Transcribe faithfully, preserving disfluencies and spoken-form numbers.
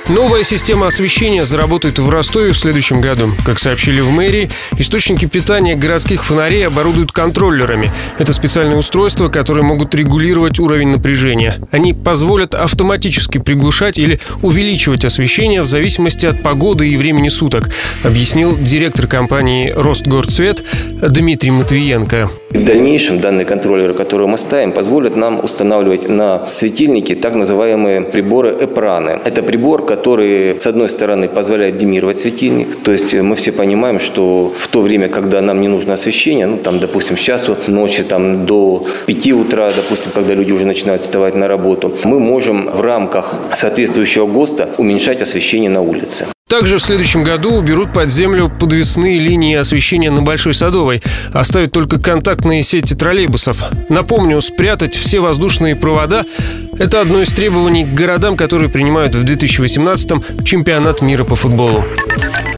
Новая система освещения заработает в Ростове в следующем году. Как сообщили в мэрии, источники питания городских фонарей оборудуют контроллерами. Это специальные устройства, которые могут регулировать уровень напряжения. Они позволят автоматически приглушать или увеличивать освещение в зависимости от погоды и времени суток, объяснил директор компании «Ростгорцвет» Дмитрий Матвиенко. В дальнейшем данные контроллеры, которые мы ставим, позволят нам устанавливать на светильники так называемые приборы ЭПРАНы. Это прибор, который, с одной стороны, позволяет диммировать светильник. То есть мы все понимаем, что в то время, когда нам не нужно освещение, ну там, допустим, с часу ночи там, до пяти утра, допустим, когда люди уже начинают вставать на работу, мы можем в рамках соответствующего ГОСТа уменьшать освещение на улице. Также в следующем году уберут под землю подвесные линии освещения на Большой Садовой, оставят только контактные сети троллейбусов. Напомню, спрятать все воздушные провода – это одно из требований к городам, которые принимают в две тысячи восемнадцатом чемпионат мира по футболу.